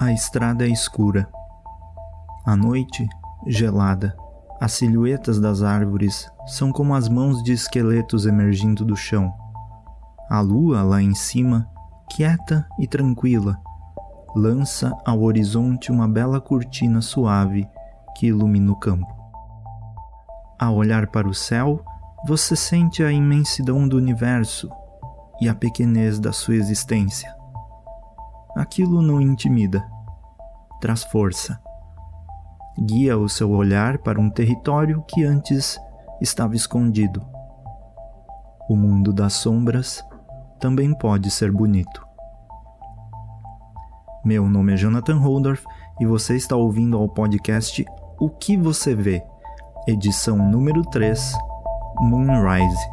A estrada é escura. A noite, gelada. As silhuetas das árvores são como as mãos de esqueletos emergindo do chão. A lua, lá em cima, quieta e tranquila, lança ao horizonte uma bela cortina suave que ilumina o campo. Ao olhar para o céu, você sente a imensidão do universo e a pequenez da sua existência. Aquilo não intimida, traz força. Guia o seu olhar para um território que antes estava escondido. O mundo das sombras também pode ser bonito. Meu nome é Jonathan Holdorf e você está ouvindo ao podcast O que Você Vê, edição número 3, Moonrise.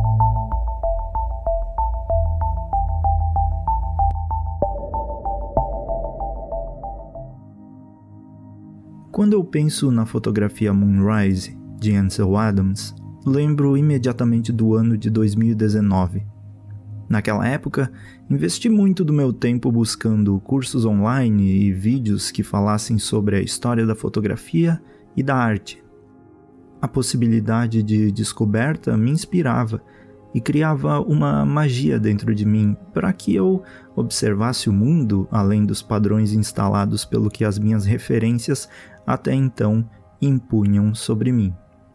Quando eu penso na fotografia Moonrise, de Ansel Adams, lembro imediatamente do ano de 2019. Naquela época, investi muito do meu tempo buscando cursos online e vídeos que falassem sobre a história da fotografia e da arte. A possibilidade de descoberta me inspirava e criava uma magia dentro de mim para que eu observasse o mundo além dos padrões instalados pelo que as minhas referências até então impunham sobre mim.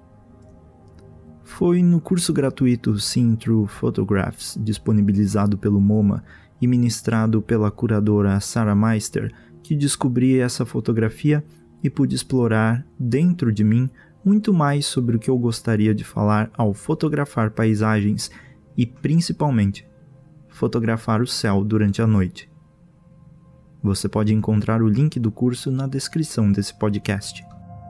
Foi no curso gratuito Seeing Through Photographs, disponibilizado pelo MoMA e ministrado pela curadora Sarah Meister, que descobri essa fotografia e pude explorar dentro de mim muito mais sobre o que eu gostaria de falar ao fotografar paisagens e, principalmente, fotografar o céu durante a noite. Você pode encontrar o link do curso na descrição desse podcast.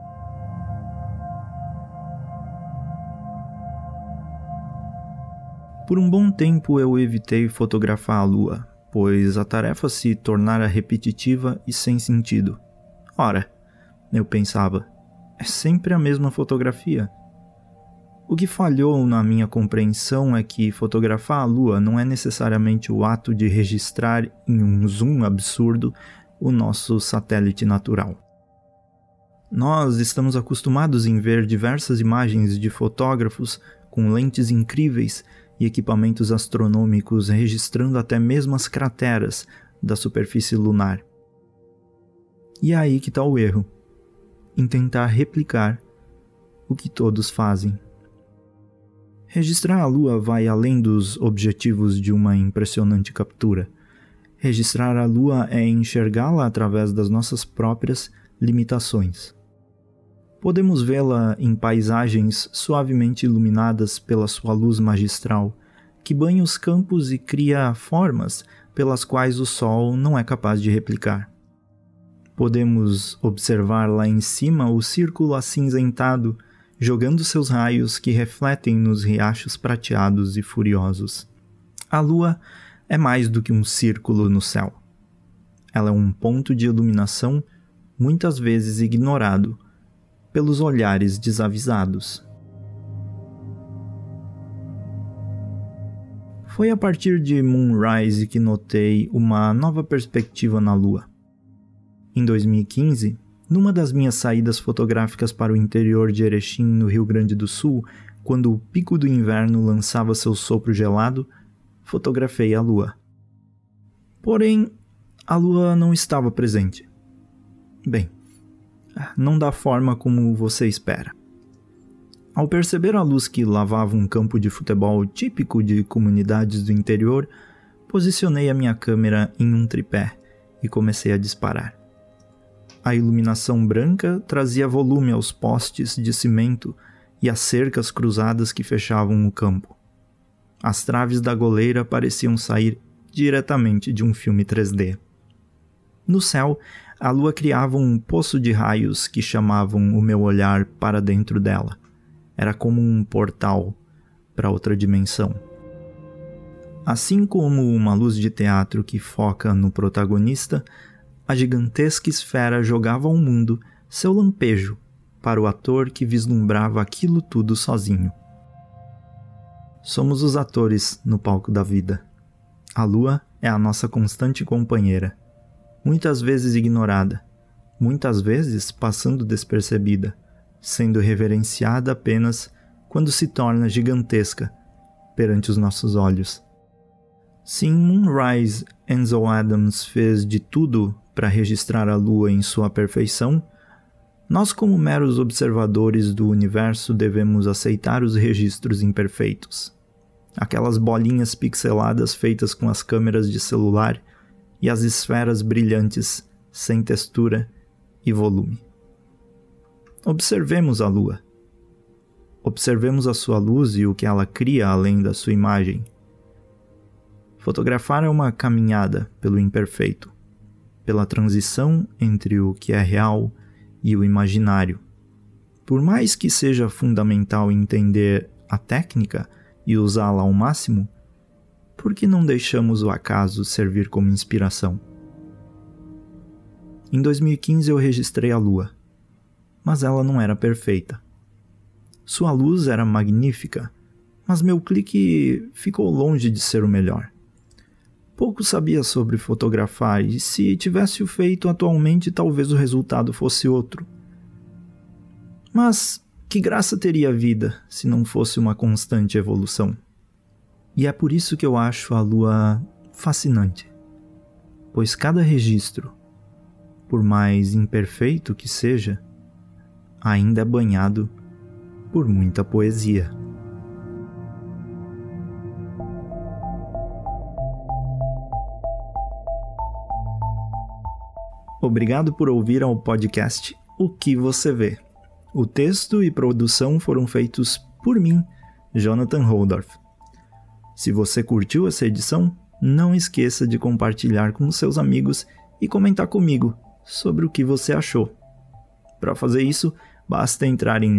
Por um bom tempo eu evitei fotografar a lua, pois a tarefa se tornara repetitiva e sem sentido. Ora, eu pensava, é sempre a mesma fotografia. O que falhou na minha compreensão é que fotografar a lua não é necessariamente o ato de registrar em um zoom absurdo o nosso satélite natural. Nós estamos acostumados em ver diversas imagens de fotógrafos com lentes incríveis e equipamentos astronômicos registrando até mesmo as crateras da superfície lunar. E é aí que está o erro, em tentar replicar o que todos fazem. Registrar a lua vai além dos objetivos de uma impressionante captura. Registrar a lua é enxergá-la através das nossas próprias limitações. Podemos vê-la em paisagens suavemente iluminadas pela sua luz magistral, que banha os campos e cria formas pelas quais o sol não é capaz de replicar. Podemos observar lá em cima o círculo acinzentado, jogando seus raios que refletem nos riachos prateados e furiosos. A lua é mais do que um círculo no céu. Ela é um ponto de iluminação muitas vezes ignorado pelos olhares desavisados. Foi a partir de Moonrise que notei uma nova perspectiva na lua. Em 2015, numa das minhas saídas fotográficas para o interior de Erechim, no Rio Grande do Sul, quando o pico do inverno lançava seu sopro gelado, fotografei a lua. Porém, a lua não estava presente. Bem, não da forma como você espera. Ao perceber a luz que lavava um campo de futebol típico de comunidades do interior, posicionei a minha câmera em um tripé e comecei a disparar. A iluminação branca trazia volume aos postes de cimento e às cercas cruzadas que fechavam o campo. As traves da goleira pareciam sair diretamente de um filme 3D. No céu, a lua criava um poço de raios que chamavam o meu olhar para dentro dela. Era como um portal para outra dimensão. Assim como uma luz de teatro que foca no protagonista, a gigantesca esfera jogava ao mundo seu lampejo para o ator que vislumbrava aquilo tudo sozinho. Somos os atores no palco da vida. A lua é a nossa constante companheira. muitas vezes ignorada, muitas vezes passando despercebida, sendo reverenciada apenas quando se torna gigantesca perante os nossos olhos. Se em Moonrise Ansel Adams fez de tudo para registrar a Lua em sua perfeição, nós, como meros observadores do universo, devemos aceitar os registros imperfeitos. Aquelas bolinhas pixeladas feitas com as câmeras de celular e as esferas brilhantes, sem textura e volume. Observemos a Lua. Observemos a sua luz e o que ela cria além da sua imagem. Fotografar é uma caminhada pelo imperfeito, pela transição entre o que é real e o imaginário. Por mais que seja fundamental entender a técnica e usá-la ao máximo, por que não deixamos o acaso servir como inspiração? Em 2015 eu registrei a Lua, mas ela não era perfeita. Sua luz era magnífica, mas meu clique ficou longe de ser o melhor. Pouco sabia sobre fotografar e se tivesse o feito atualmente talvez o resultado fosse outro. Mas que graça teria a vida se não fosse uma constante evolução? E é por isso que eu acho a Lua fascinante, pois cada registro, por mais imperfeito que seja, ainda é banhado por muita poesia. Obrigado por ouvir ao podcast O Que Você Vê. O texto e produção foram feitos por mim, Jonathan Holdorf. Se você curtiu essa edição, não esqueça de compartilhar com seus amigos e comentar comigo sobre o que você achou. Para fazer isso, basta entrar em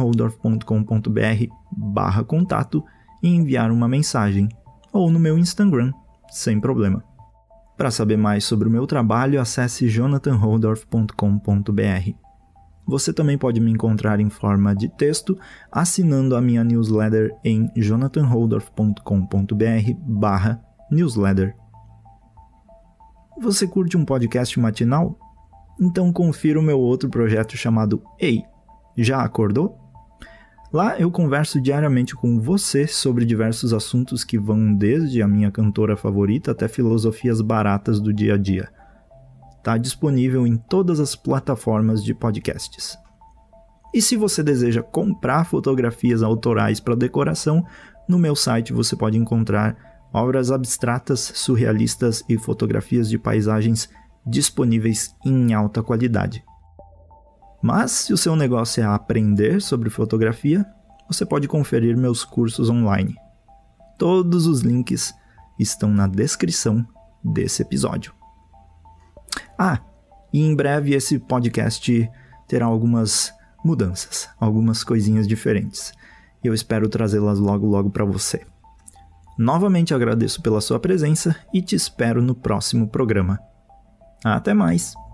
jonathanholdorf.com.br/contato e enviar uma mensagem, ou no meu Instagram, sem problema. Para saber mais sobre o meu trabalho, acesse jonathanholdorf.com.br. Você também pode me encontrar em forma de texto assinando a minha newsletter em jonathanholdorf.com.br/newsletter. Você curte um podcast matinal? Então confira o meu outro projeto chamado Ei, já acordou? Lá eu converso diariamente com você sobre diversos assuntos que vão desde a minha cantora favorita até filosofias baratas do dia a dia. Está disponível em todas as plataformas de podcasts. E se você deseja comprar fotografias autorais para decoração, no meu site você pode encontrar obras abstratas, surrealistas e fotografias de paisagens disponíveis em alta qualidade. Mas se o seu negócio é aprender sobre fotografia, você pode conferir meus cursos online. Todos os links estão na descrição desse episódio. E em breve esse podcast terá algumas mudanças, algumas coisinhas diferentes. Eu espero trazê-las logo para você. Novamente agradeço pela sua presença e te espero no próximo programa. Até mais!